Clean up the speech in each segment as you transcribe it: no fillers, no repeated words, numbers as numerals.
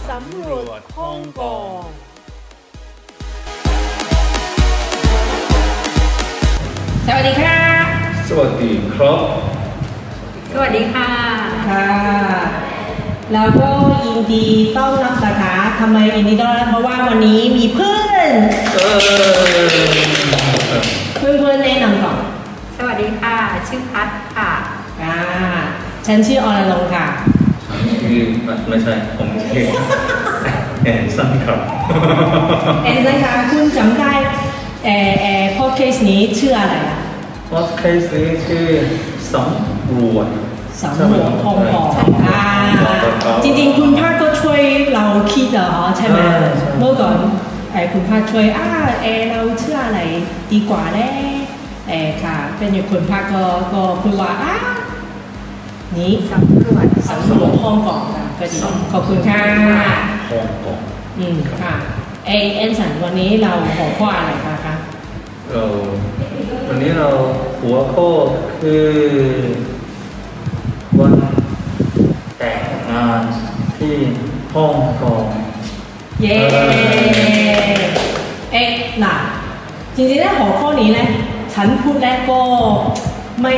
สำรวจฮ่องกงสวัสดีค่ะสวัสดีครับสวัสดีค่ะค่ะแล้วก็ยินดีต้อนรับนะคะทำไมยินดีต้อนรับเพราะว่าวันนี้มีเพื่อนเพื่อนแนะนำก่อนสวัสดีค่ะชื่อพัดค่ะฉันชื่ออรลงค่ะคือไม่ใช่ผมชื่อแอนซันครับแอนซันค่ะคุณจำได้พอดแคสต์นี้ชื่ออะไรพอดแคสต์นี้ชื่อสำรวจฮ่องกงจริงๆคุณภาคก็ช่วยเราคิดเหรอใช่ไหมเมื่อก่อนคุณภาคช่วยเราเชื่ออะไรดีกว่าแน่ค่ะเป็นอย่างคุณภาคก็พูดว่านี่สำรวจฮ่องกงก็ดีขอบคุณค่ะฮ่องกงค่ะแอนสันวันนี้เราหัวข้ออะไรคะวันนี้เราหัวข้อคือวันแต่งงานที่ฮ่องกงเย้น่ะจริงๆแล้วหัวข้อนี้นะฉันพูดแล้วก็ไม่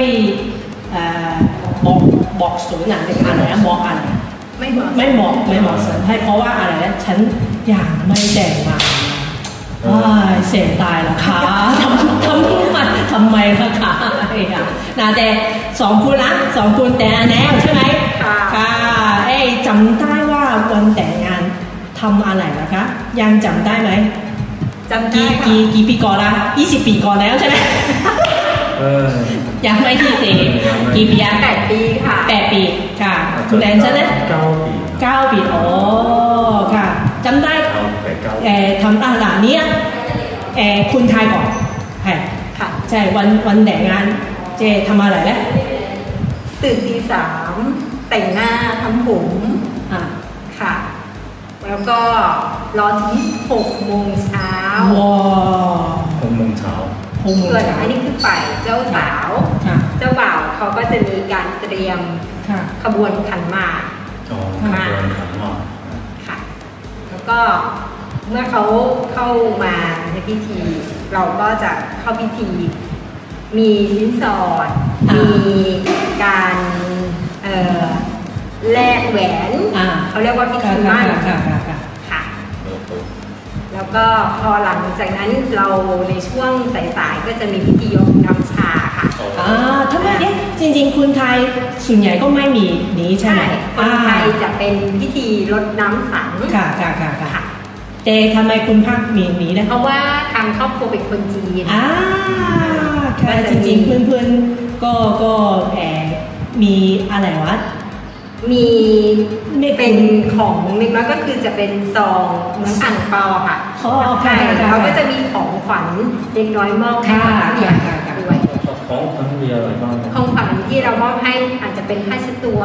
บอกสูงอะไรนะบอกอะไรไม่เหมาะสมให้เพราะว่าอะไรนะฉันอยากไม่แต่งงานเสียตายแล้วค่ะทำไมคะค่ะแต่สองคนแต่งแล้วใช่ไหมค่ะจำได้ว่าวันแต่งงานทำอะไรนะคะยังจำได้ไหมจำได้กี่ปีก่อนละ20 ปีก่อนแล้วใช่ไหมยังไม่ที่กี่ปี8 ปีค่ะ8 ปีค่ะคุณแอนใช่ไหม9 ปีโอ้ค่ะจำได้ทำอะไรนี้คุณไทยก่อนค่ะใช่วันแต่งงานเจทำอะไรแล้วตื่นตี 3แต่งหน้าทำผมค่ะแล้วก็รอถึง6 โมงเช้า 6 โมงเช้าส่วนอันนี้คือฝ่ายเจ้าสาวเจ้าบ่าวเขาก็จะมีการเตรียมขบวนขันหมากค่ะแล้วก็เมื่อเขาเข้ามาในพิธีเราก็จะเข้าพิธีมีสินสอดมีการแลกแหวนเขาเรียกว่าพิธีมั่นค่ะแล้วก็พอหลังจากนั้นเราในช่วงสายๆก็จะมีพิธียกน้ำชาค่ะทำไมเนี่ยจริงๆคุณไทยส่วนใหญ่ก็ไม่มีนี้ใช่ไหมคนไทยจะเป็นพิธีรดน้ำสังค่ะแต่ทำไมคุณภาคมีนี้นะเพราะว่าทางครอบครัวเป็นคนจีนค่ะจริงๆเพื่อนๆก็มีอะไรวะมีเป็นของเล็กน้อยก็คือจะเป็นซองเหมือนอั่งเปาค่ะใช่เขาก็จะมีของขวัญเล็กน้อยมอบให้กับผู้ใหญ่ด้วยของขวัญมีอะไรบ้างของขวัญที่เรามอบให้อาจจะเป็นผ้าเช็ดตัว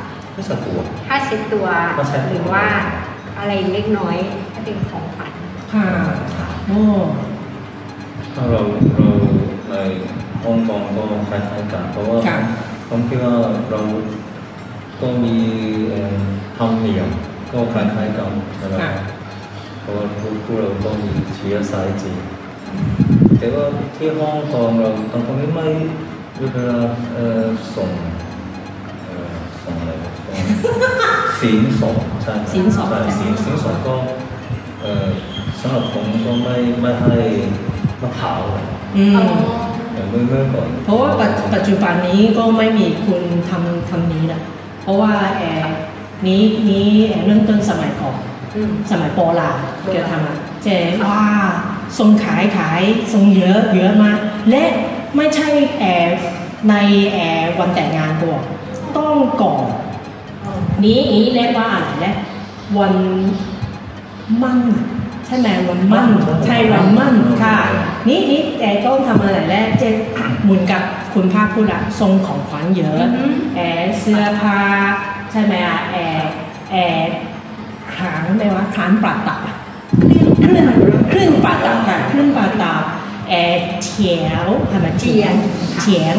หรือว่าอะไรเล็กน้อยถ้าเป็นของขวัญค่ะโอ้เราในฮ่องกงก็คล้ายๆกันเพราะว่าผมคิดว่าเราก็มีธรรมเนียมก็คล้ายๆกันนะครับเพราะว่าพวกเราก็มีเชื้อสายจีนแต่ว่าที่ฮ่องกงเราตอนนี้ไม่เวลาส่งอะไรสินสอดใช่สินสอดก็สำหรับผมก็ไม่ให้มะพร้าวอย่างเมื่อก่อนเพราะว่าปัจจุบันนี้ก็ไม่มีคุณทำนี้นะเพราะว่านี้เริ่มต้นสมัยก่อนสมัยโบราณเกิดทำเจว่าทรงขายทรงเยอะมากและไม่ใช่ในวันแต่งงานตัวต้องก่อนนี้เรียกว่าอะไรนะวันมั่นใช่ไหมวันมั่นใช่วันมั่นค่ะนี่ต้องทำอะไรแล้วเจเหมือนกับคุณภาคพูดอะทรงของขวัญเยอะเสื้อผ้าใช่ไหมขางไหมว่าขานปราตับเครื่องปราตับค่ะเครื่องปราตับเฉียวทำไมเฉียง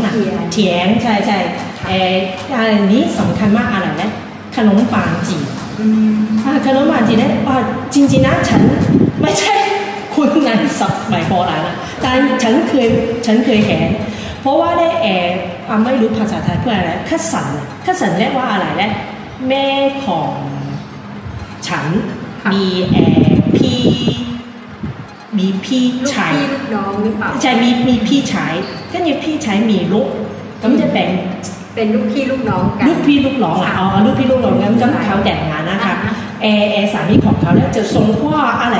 ใช่อันนี้สำคัญมากอะไรนะขนมปังจีขนมหวานจีนเนี่ยจริงๆนะฉันไม่ใช่คุณในสมัยโบราณนะแต่ฉันเคยเห็นเพราะว่าได้ไม่รู้ภาษาไทยเพื่ออะไรคัสสันเรียกว่าอะไรเนี่ยแม่ของฉันมีพี่ชายลูกน้องหรือเปล่าใช่มีพี่ชายก็เนี่ยพี่ชายมีลูกก็จะเป็นลูกพี่ลูกน้องกันลูกพี่ลูกน้องลูกพี่ลูกน้องงั้นก็เขาแต่งงานนะคะสามีของเขาเนี่ยจะส่งว่าอะไร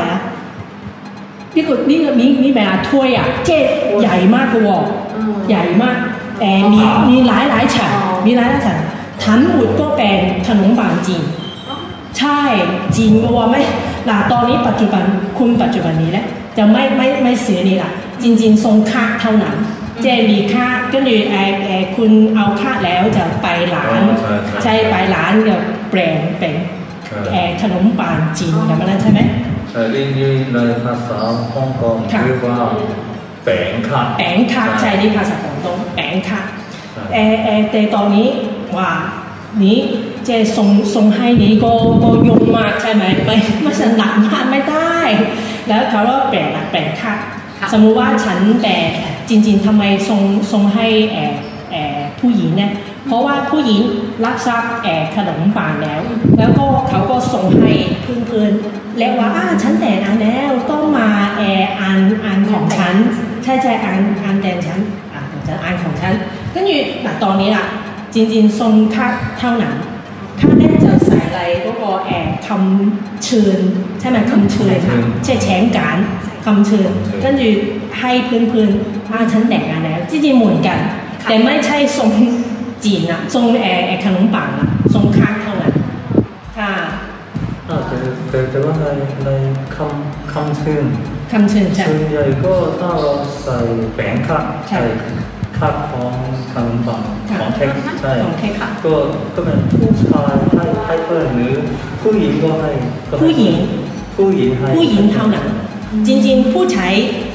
นี่แบบถ้วยเจ๊ใหญ่มากกว่าใหญ่มากมีหลายชั้นทั้งหมดก็เป็นขนมปังจีนใช่จีนก็ว่าไม่ตอนนี้ปัจจุบันนี้แหละจะไม่ซื้อนี่ละจริงๆส่งค่าเท่านั้นเจมีค่าก็คือคุณเอาค่าแล้วจะไปร้านใช่ไปร้านกับแบรนด์เป็นขนมปังจีนแบบนั้นใช่ไหมในภาษาฮ่องกงเรียกว่าแปงค่ะใช่นี่ภาษาของตรงแปงค่ะแต่ตอนนี้ว่านี้เจส่งให้นี้ก็ยุ่งมากใช่ไหมไม่สนับมากไม่ได้แล้วเขาก็แปลงค่ะสมมุติว่าฉันแต่จริงๆทำไมส่งให้ผู้หญิงเนี่ยเพราะว่าผู้หญิงรับทราบขนมปังแล้วก็เขาก็ส่งให้เพื่อนๆแล้วว่าฉันแต่งงานแล้วต้องมาอ่านของฉันใช่อ่านแต่ฉันอ่านของฉันก็อยู่ตอนนี้ล่ะจริงๆทรงค่าเท่านั้นค่าแรกจะใส่อะไรก็คำเชิญใช่ไหมคำเชิญใช่แฉงการคำเชิญก็อยู่ให้เพื่อนๆฉันแต่งงานแล้วจริงๆเหมือนกันแต่ไม่ใช่ทรงจีนนะทรงขนมปังนะทรงค่าเท่านั้นค่ะแต่ว่าในคำเชิญส่วนใหญ่ก็ถ้าเราใส่แป้งค่ะใช่ค่าของขนมปังของเค้กใช่ก็เป็นผู้ชายให้เพื่อนหรือผู้หญิงก็ให้ผู้หญิงเท่านั้นจริงๆผู้ชาย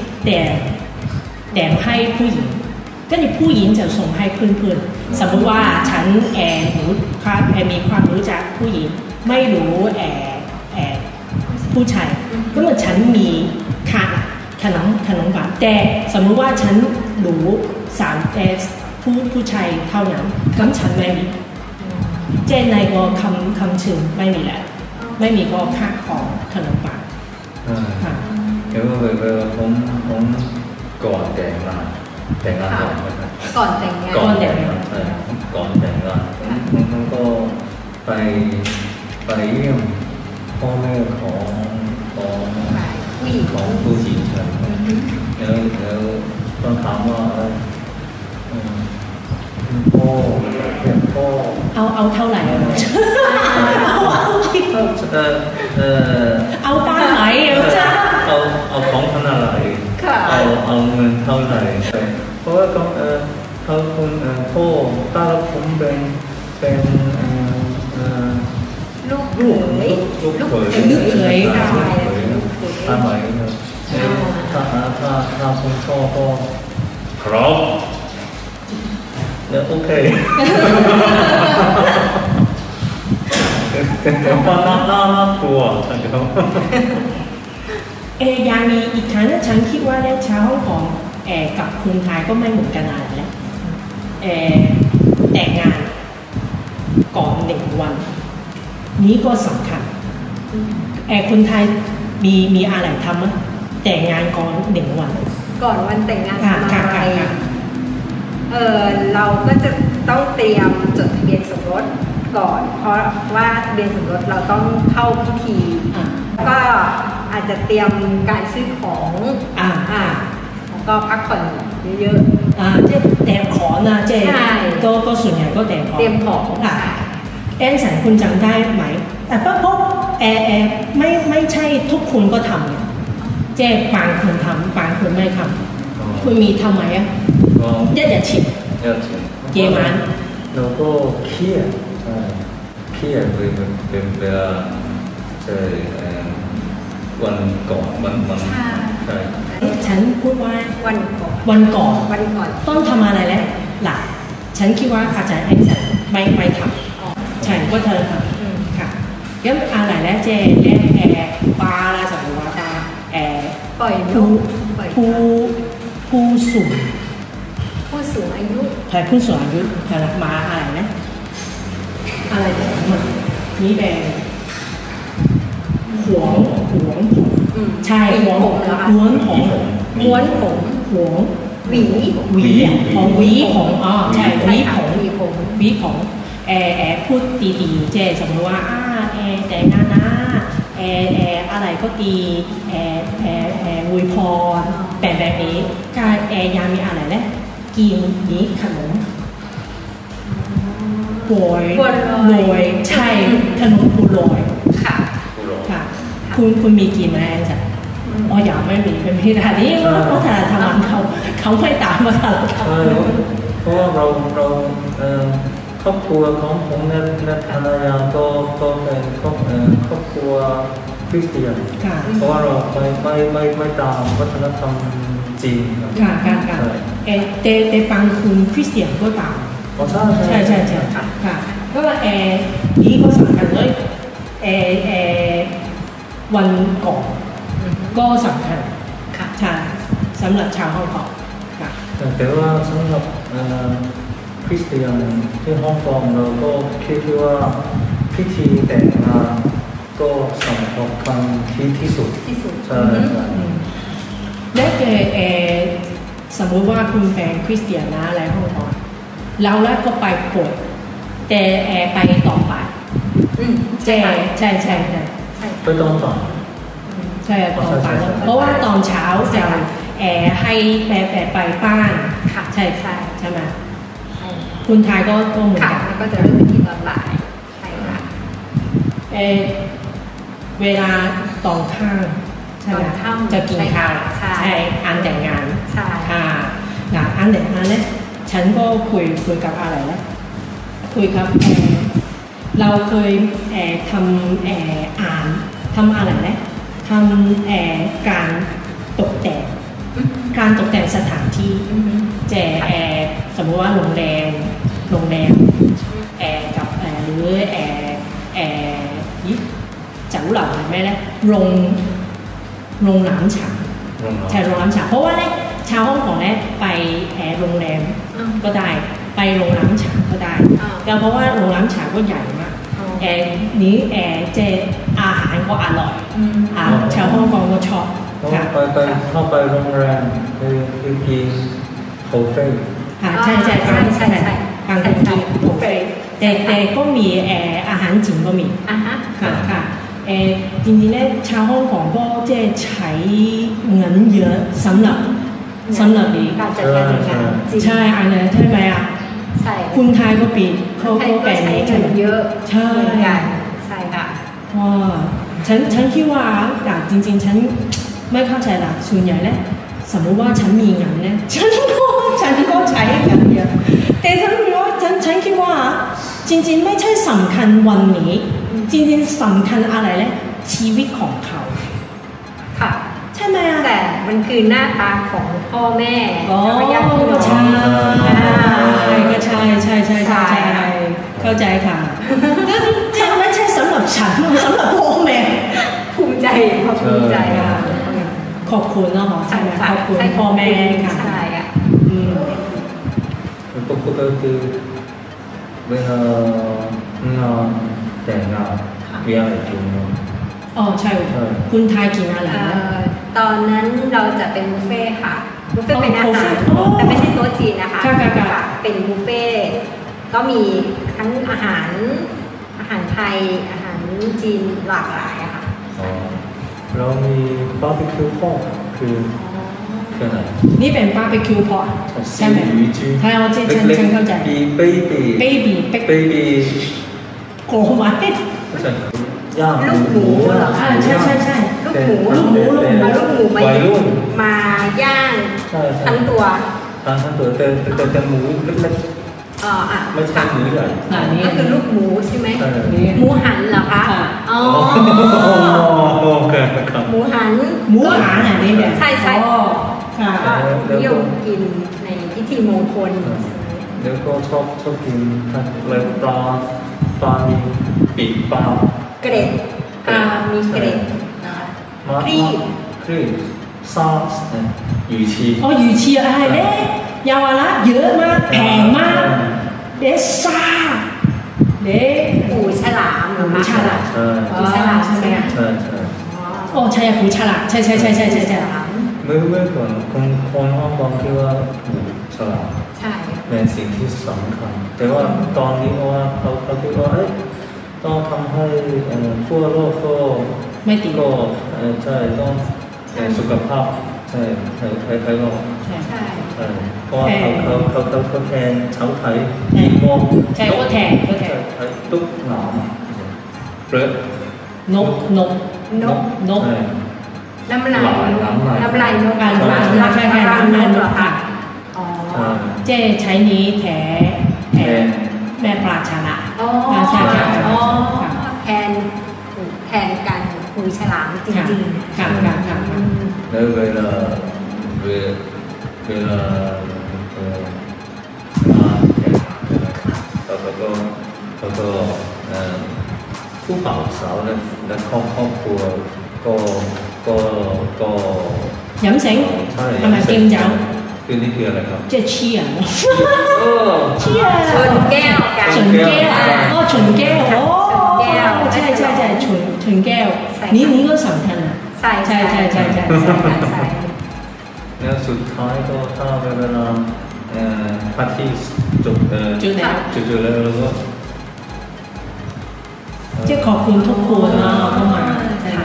แต่ให้ผู้หญิงก็นี่ผู้หญิงจะส่งให้เพื่อนๆสมมติว่าฉันมีความรู้จักผู้หญิงไม่รู้ผู้ชายก็เหมือนฉันมีขนมปังแต่สมมติว่าฉันรู้ผู้ชายเท่านั้นก็ฉันไม่มีเจนในก็คำชื่อไม่มีแล้วไม่มีก็ค่าของขนมปังเดี๋ยวเวลาผมก่อนแต่งงานก่อนแต่งงานใช่ก่อนแต่งงานผมก็ไปเยี่ยมพ่อแม่ของผู้หญิงใช่แล้วต้องถามว่าพ่อเอาเท่าไหร่เอาบ้านไหนเอาของขนาดไหนเอาเงินเท่าไหร่เพราะว่าเขาคุณพ่อตาผมเป็นลูกเขยทำไมถ้าคุณพ่อก็ครับเนี่ยโอเคแต่ว่าน่ากลัวใช่ไหมยังมีอีกครั้งฉันคิดว่าเนี่ยชาวฮ่องกงกับคนไทยก็ไม่เหมือนกันอะไรแล้วแต่งงานก่อน1 วันนี้ก็สำคัญคนไทยมีอะไรทำมั้ยแต่งงานก่อน1 วันก่อนวันแต่งงานอะไรเราก็จะต้องเตรียมจดทะเบียนสมรสก่อนเพราะว่าทะเบียนสมรสเราต้องเข้าพิธีก็อาจจะเตรียมการซื้อของแล้วก็พักผ่อนเยอะๆแต่ของนะเจ๊ก็ส่วนใหญ่ก็แต่ของเตรียมของสันคุณจำได้ไหมแต่เพราะไม่ใช่ทุกคนก็ทำเจ๊บางคนทำบางคนไม่ทำคุณมีทำไหม一日前夜晚แล้วก็เครียดเวลาวันก่อนวันใช่ฉันพูดว่าวันก่อนต้องทำอะไรแล้วหลักฉันคิดว่าอาจารย์แอนสันไม่ทำฉันก็เธอทำค่ะ咁阿奶奶即係咧巴啦就係話巴ปล่อยนกผู้สูงอายุ係ผู้สูงอายุ係啦มาอะไรนะอะไรของนี่เป็นหวงผมใช่หวงผมม้วนผมหวงหวีผมอ๋อใช่หวีผมพูดดีๆเจสมมติว่าแต่งงานนะอะไรก็ดีอวยพรแบบนี้การยังมีอะไรนะกินนี้ขนมบวยใช่ขนมบัวลอยค่ะคุณมีกินไหมจ๊ะอ๋อยังไม่มีเป็นพี่แต่นี่เพราะแต่ทำงานเขาไม่ตามมาตลอดเพราะว่าเราครอบครัวของผมและภรรยาก็เป็นครอบครัวคริสเตียนเพราะว่าเราไม่ตามวัฒนธรรมจีนค่ะแต่บางคุณคริสเตียนก็ตามใช่ค่ะก็นี้ก็สำคัญเลยวันก่อนก็สำคัญใช่สำหรับชาวฮ่องกงค่ะแต่ว่าสำหรับคริสเตียนที่ฮ่องกงเราก็คิดว่าพิธีแต่งงานก็สำคัญที่สุดใช่และสมมติว่าคุณเป็นคริสเตียนนะอะไรฮ่องกงเราแล้วก็ไปโบสถ์แต่ไปต่อไปใช่ไปตอนต่อใช่ตอนไปเพราะว่าตอนเช้าจะให้ไปบ้านใช่ไหมคุณไทยก็เหมือนกันแล้วก็จะเริ่มที่ตอนบ่ายใช่ค่ะเวลาตอนข้างใช่ไหมจะกินข้าวใช่อันแต่งงานใช่ค่ะงานอันแต่งงานเนี่ยฉันก็คุยกับอะไรแล้วคุยกับเราเคยทำอะไรนะทำการตกแต่งสถานที่สมมติว่าโรงแรมกับหรือจังหวัดไหมนะโรงน้ำฉางใช่โรงน้ำฉางเพราะว่าเนี่ยชาวฮ่องกงเนี่ยไปโรงแรมก็ได้ไปโรงน้ำฉางก็ได้แต่เพราะว่าโรงน้ำฉางก็ใหญ่มากนี้อาหารก็อร่อยชาวฮ่องกงก็ชอบเข้าไปโรงแรมคือกินโคเฟ่ใช่การกินโคเฟ่แต่ก็มีอาหารจีนก็มีค่ะจริงๆเนี่ยชาวฮ่องกงก็ใช้เงินเยอะสำหรับนี้การจัดการงานใช่อันนั้นใช่ไหมอ่ะใช่คุณไทยก็ปีเขาแบบนี้ใช้เยอะใช่ค่ะว้าฉันคิดว่าจริงๆฉันไม่เข้าใจละส่วนใหญ่แล้วสมมติว่าฉันมีเงินเนี่ยฉันก็ใช้เงินเยอะแต่ฉันคิดว่าจริงๆไม่ใช่สำคัญวันนี้จริงๆสำคัญอะไรเลยชีวิตของเขาค่ะใช่ไหมแต่มันคือหน้าตาของพ่อแม่ก็ใช่เข้าใจค่ะไม่ใช่สำหรับฉันสำหรับพ่อแม่ภูมิใจค่ะขอบคุณเนาะใช่ไหมขอบคุณพ่อแม่ค่ะใช่อ่ะปกติคือเวลางานแต่งงานมีอะไรกินอ๋อใช่คุณไทยกินอะไรตอนนั้นเราจะเป็นบุฟเฟ่ค่ะบุฟเฟ่เป็นอาหารแต่ไม่ใช่โต๊ะจีนนะคะเป็นบุฟเฟ่ก็มีทั้งอาหารไทยอาหารจีนหลากหลายค่ะเรามีบาร์บีคิวพอร์ตคืออะไรนี่เป็นบาร์บีคิวพอร์ตใช่ไหมใช่เราฉันเข้าใจเบบี้โกไหมย่างลูกหมูเหรอใช่ลูกหมูมาย่างทั้งตัวแต่หมูเล็กไม่ใช่หมูใหญ่ก็คือลูกหมูใช่ไหมหมูหันเหรอคะอ๋อโอเคครับหมูหันอะไรนี่แบบใช่ก็นิยมกินในพิธีมงคลแล้วก็ชอบกินอะไรปลามีปีกปลาเกรดมีเกรดครีบซอสอยู่ชีอยู่ชีอะไรเนี่ยเยาวราชเยอะมากแพงมากเดซ่าเด็กหูฉลามหรือหูฉลามหูฉลามใช่ไหมใช่ใช่หูฉลามใช่เมื่อก่อนคนฮ่องกงคิดว่าหูฉลามใช่เป็นสิ่งที่สำคัญแต่ว่าตอนนี้ว่าเขาคิดว่าต้องทำให้ทั่วโลกก็ไม่ติดก็ใช่ต้องสุขภาพใช่ใครๆก็ใช่เพราะเขาแทนชาวไทยยิ่งมองใช่ก็แทนตุ๊กหนามเปลือกนกน้ำลายนกใช่นกค่ะเจ๊ใช้นี้แถแม่ปลาชนะใช่แทนกันหูฉลามจริงๆแล้วเวลาเขาก็ผู้บ่าวสาวและครอบครัวก็飲醒係咪敬酒？ คือนี่คืออะไรครับ即係 cheer ชนแก้วกันชนแก้วชนแก้วใช่ชนแก้วนี่ก็สำคัญนะใช่แล้วสุดท้ายก็ถ้าเวลาปาร์ตี้จบแล้วก็จะขอบคุณทุกคนเนาะเข้ามาใช่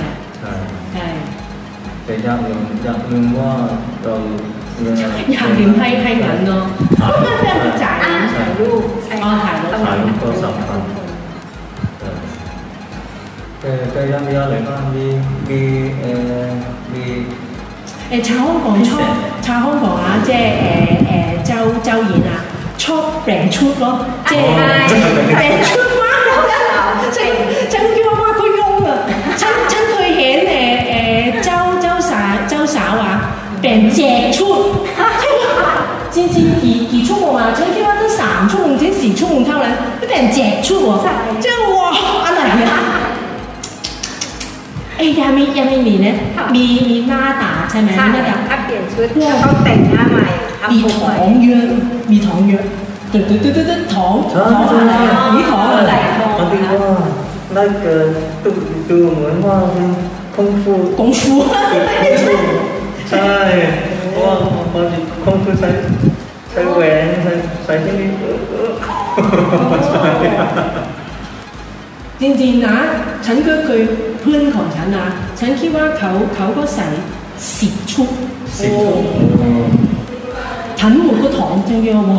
แต่อยากลืมว่าเราอยากลืมให้เงินเนาะเพื่อนจะจ่ายถ่ายรูปถ่ายรูปก็สำคัญแต่ยังมีอะไรบ้างมีชาวฮ่องกงชาวฮ่องกง即係周演ชอบแปลงชุดเนาะ即係แปลงชุดมากฉันคิดว่าเขายุ่งฉันเคยเห็นเจ้าสาวแปลงแจกชุดจริงๆกี่ชั่วโมงฉันคิดว่าต้อง3 ชั่วโมงถึง4 ชั่วโมงเท่านั้นแปลงแจกชุดเจ้าว้าอะไรเนี่ยยังมีเนี่ยมีหน้าตาใช่ไหมหน้าตาถ้าเปลี่ยนชุดต้องแต่งหน้าใหม่มีท้องเยอะท้องอะไรมีท้องอะไรบางทีว่าได้เกินดูเหมือนว่าคงฟูใช่เพราะว่าบางทีคงฟูใช้แหวนใส่ที่นี่จริงๆนะฉันก็เคยเพื่อนของฉันนะฉันคิดว่าเขาก็ใส่10 ชุดทั้งหมดก็ท้องจังเดียว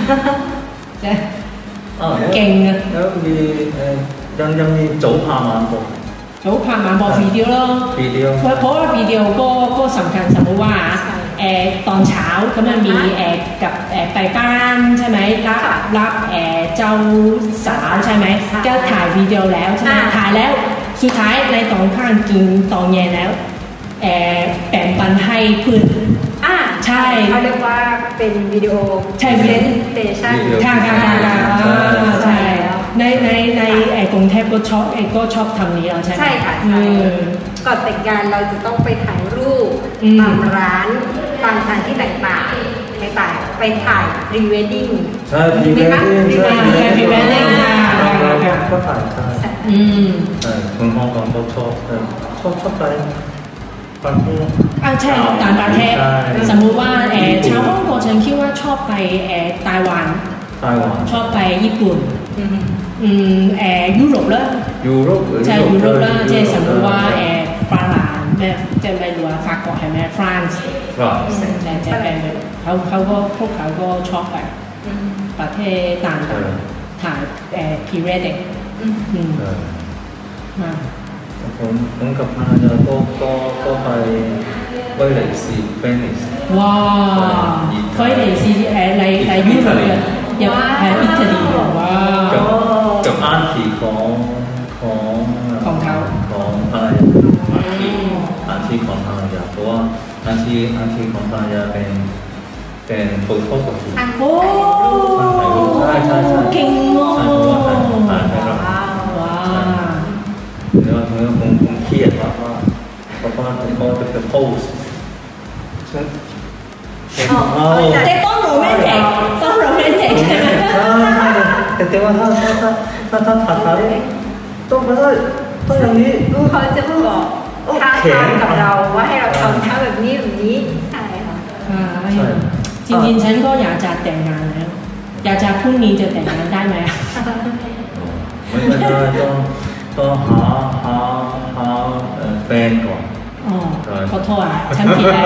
เก่งอ่ะแล้วมียังมี早拍晚播วิดีโอเพราะว่าวิดีโอก็สำคัญสมมติว่าตอนเช้าก็มันมีกับไปบ้านใช่ไหมรับเจ้าสาวใช่ไหมก็ถ่ายวิดีโอแล้วใช่ไหมถ่ายแล้วสุดท้ายในตอนข้างกินตอนเย็นแล้วแบ่งปันให้เพื่อนใช่เขาเรียกว่าเป็นวิดีโอใช่เซนเตชันใช่ในกรุงเทพก็ชอบทำนี้แล้วใช่ไหมใช่ค่ะก่อนแต่งงานเราจะต้องไปถ่ายรูปตามร้านตามสถานที่ต่างๆไปถ่ายพรีเวดดิ้งใช่พรีเวดดิ้งก็ถ่ายใช่คนฮ่องกงก็ชอบไปประเทศใช่ต่างประเทศสมมุติว่าชาวฮ่องกงฉันคิดว่าชอบไปไต้หวันชอบไปญี่ปุ่นยุโรปแล้วใช่ยุโรปแล้วใช่สมมุติว่าฝรั่งแม่จะไม่รู้ว่าฝรั่งใช่ไหมฝรั่งจะเป็นพวกเขาก็ชอบไปประเทศต่างๆถ่ายพีเรียดมาผมกับภรรยาก็ไปไวเลซีเฟนิสว้าวไวเลซีในยุโรปเนี่ยอิตาลีว้าวกับอาร์ตีของเขาของภรรยาอาร์ตีของภรรยาเพราะว่าอาร์ตีของภรรยาเป็นโฟโต้กับโอ้ใช่เก่งมากว้าวแต่ว่าคงเครียดว่าเพราะว่าเขาจะโพสแต่ต้องโรแมนติกใช่ไหมแต่ว่าถ้าถัดต้องอย่างนี้เขาจะบอกท้าทายกับเราว่าให้เราทำท่าแบบนี้ใช่ค่ะจริงๆฉันก็อยากจะแต่งงานแล้วอยากจะพรุ่งนี้จะแต่งงานได้ไหมไม่ได้ต้องหาแฟนก่อนขอโทษฉันผิดแล้ว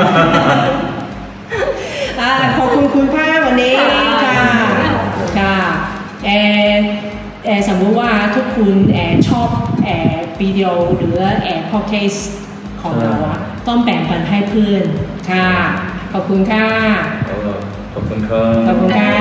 ขอบคุณคุณป้าวันนี้ค่ะสมมุติว่าทุกคนชอบวิดีโอหรือพอดแคสต์ของเราต้องแบ่งปันให้เพื่อนค่ะขอบคุณค่ะขอบคุณค่ะขอบคุณค่ะ